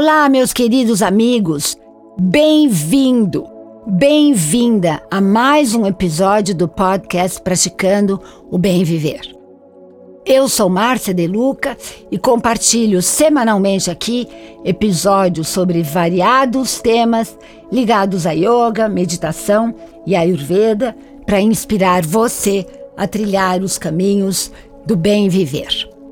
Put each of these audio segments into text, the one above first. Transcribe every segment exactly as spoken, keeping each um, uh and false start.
Olá, meus queridos amigos, bem-vindo, bem-vinda a mais um episódio do podcast Praticando o Bem Viver. Eu sou Márcia De Luca e compartilho semanalmente aqui episódios sobre variados temas ligados a yoga, meditação e ayurveda para inspirar você a trilhar os caminhos do bem viver.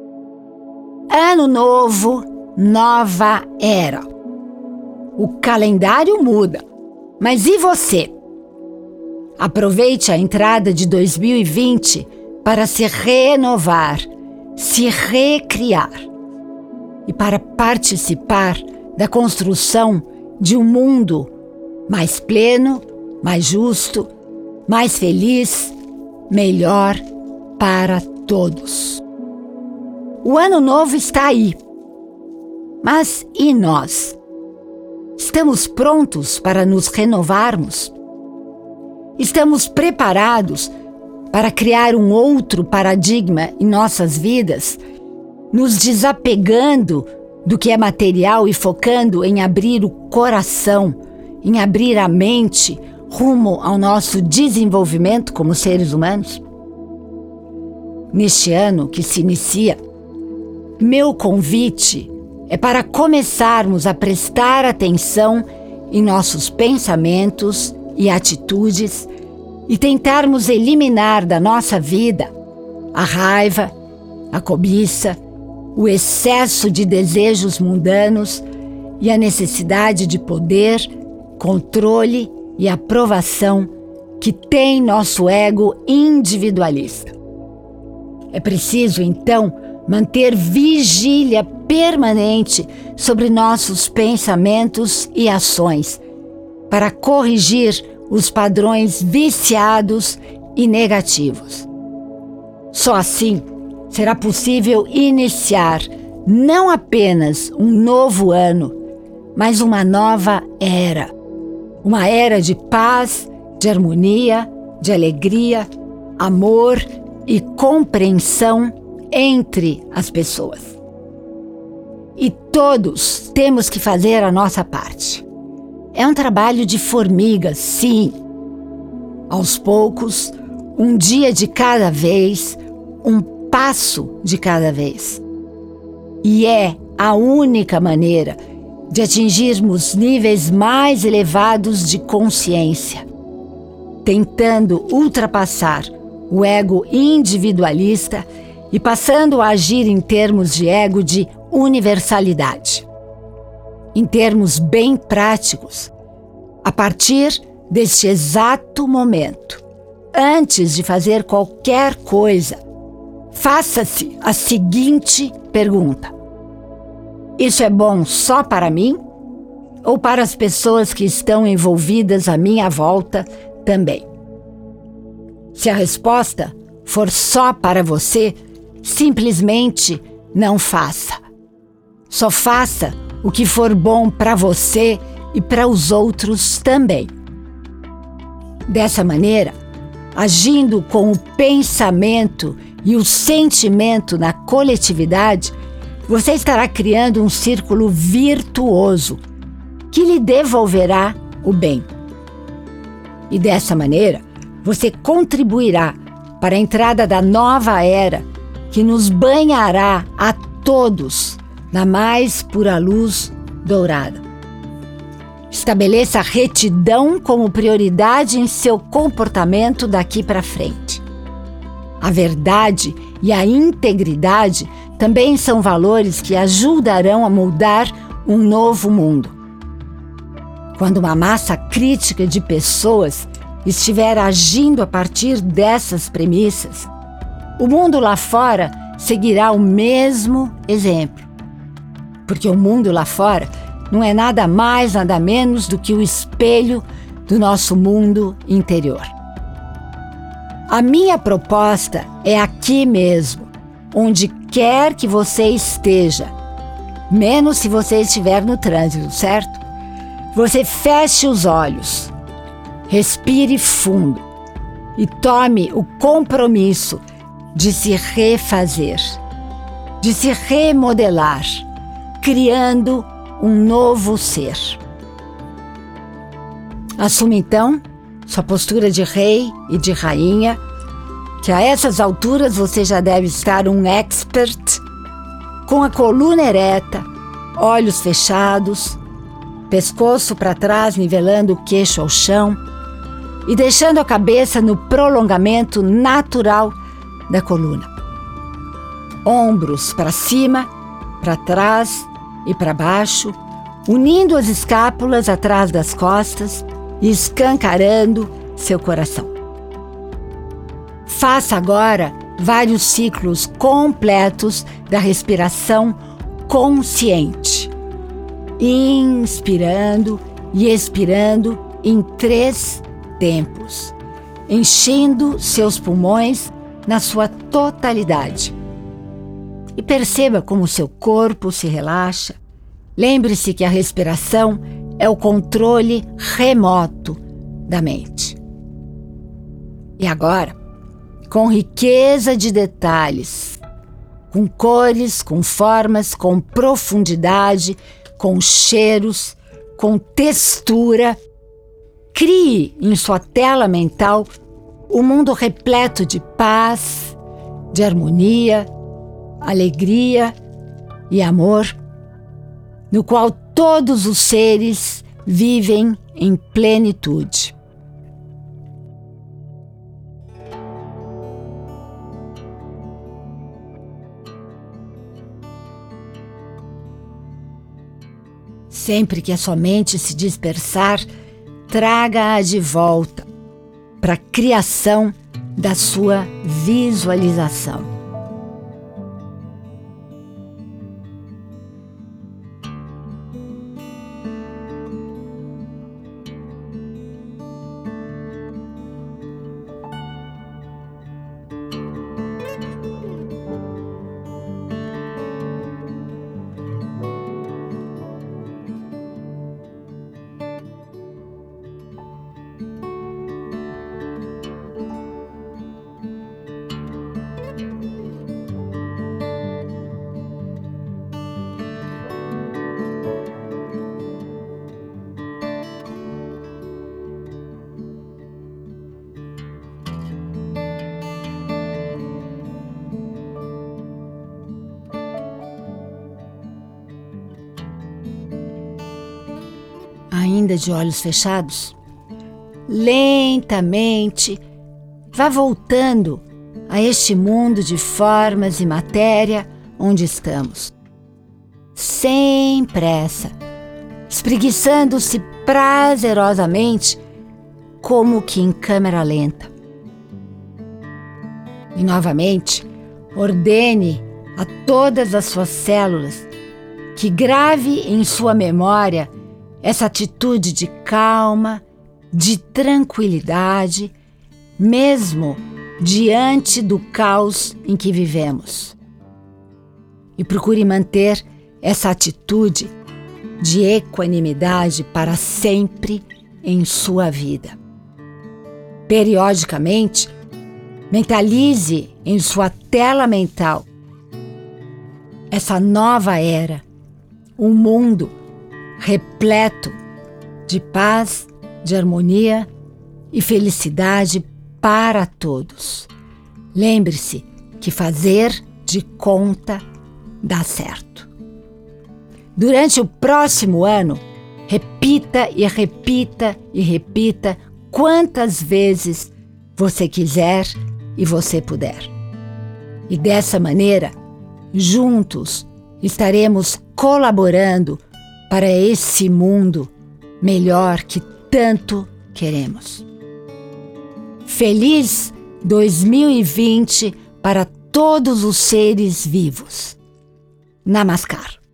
Ano novo, nova era. O calendário muda, mas e você? Aproveite a entrada de dois mil e vinte para se renovar, se recriar e para participar da construção de um mundo mais pleno, mais justo, mais feliz, melhor para todos. O ano novo está aí. Mas e nós? Estamos prontos para nos renovarmos? Estamos preparados para criar um outro paradigma em nossas vidas, nos desapegando do que é material e focando em abrir o coração, em abrir a mente rumo ao nosso desenvolvimento como seres humanos? Neste ano que se inicia, meu convite é para começarmos a prestar atenção em nossos pensamentos e atitudes e tentarmos eliminar da nossa vida a raiva, a cobiça, o excesso de desejos mundanos e a necessidade de poder, controle e aprovação que tem nosso ego individualista. É preciso, então, manter vigília permanente sobre nossos pensamentos e ações, para corrigir os padrões viciados e negativos. Só assim será possível iniciar não apenas um novo ano, mas uma nova era. Uma era de paz, de harmonia, de alegria, amor e compreensão entre as pessoas. E todos temos que fazer a nossa parte. É um trabalho de formiga, sim. Aos poucos, um dia de cada vez, um passo de cada vez. E é a única maneira de atingirmos níveis mais elevados de consciência, tentando ultrapassar o ego individualista e passando a agir em termos de ego de universalidade. Em termos bem práticos, a partir deste exato momento, antes de fazer qualquer coisa, faça-se a seguinte pergunta: isso é bom só para mim ou para as pessoas que estão envolvidas à minha volta também? Se a resposta for só para você, simplesmente não faça. Só faça o que for bom para você e para os outros também. Dessa maneira, agindo com o pensamento e o sentimento na coletividade, você estará criando um círculo virtuoso que lhe devolverá o bem. E dessa maneira, você contribuirá para a entrada da nova era que nos banhará a todos na mais pura luz dourada. Estabeleça a retidão como prioridade em seu comportamento daqui para frente. A verdade e a integridade também são valores que ajudarão a moldar um novo mundo. Quando uma massa crítica de pessoas estiver agindo a partir dessas premissas, o mundo lá fora seguirá o mesmo exemplo. Porque o mundo lá fora não é nada mais, nada menos do que o espelho do nosso mundo interior. A minha proposta é aqui mesmo, onde quer que você esteja, menos se você estiver no trânsito, certo? Você feche os olhos, respire fundo e tome o compromisso de se refazer, de se remodelar, criando um novo ser. Assuma então sua postura de rei e de rainha, que a essas alturas você já deve estar um expert, com a coluna ereta, olhos fechados, pescoço para trás nivelando o queixo ao chão e deixando a cabeça no prolongamento natural da coluna. Ombros para cima, para trás e para baixo, unindo as escápulas atrás das costas e escancarando seu coração. Faça agora vários ciclos completos da respiração consciente, inspirando e expirando em três tempos, enchendo seus pulmões na sua totalidade. E perceba como seu corpo se relaxa. Lembre-se que a respiração é o controle remoto da mente. E agora, com riqueza de detalhes, com cores, com formas, com profundidade, com cheiros, com textura, crie em sua tela mental um mundo repleto de paz, de harmonia, alegria e amor, no qual todos os seres vivem em plenitude. Sempre que a sua mente se dispersar, traga-a de volta para a criação da sua visualização. Ainda de olhos fechados, lentamente vá voltando a este mundo de formas e matéria onde estamos, sem pressa, espreguiçando-se prazerosamente, como que em câmera lenta. E novamente, ordene a todas as suas células que grave em sua memória essa atitude de calma, de tranquilidade, mesmo diante do caos em que vivemos. E procure manter essa atitude de equanimidade para sempre em sua vida. Periodicamente, mentalize em sua tela mental essa nova era, um mundo repleto de paz, de harmonia e felicidade para todos. Lembre-se que fazer de conta dá certo. Durante o próximo ano, repita e repita e repita quantas vezes você quiser e você puder. E dessa maneira, juntos estaremos colaborando para esse mundo melhor que tanto queremos. Feliz dois mil e vinte para todos os seres vivos. Namaskar.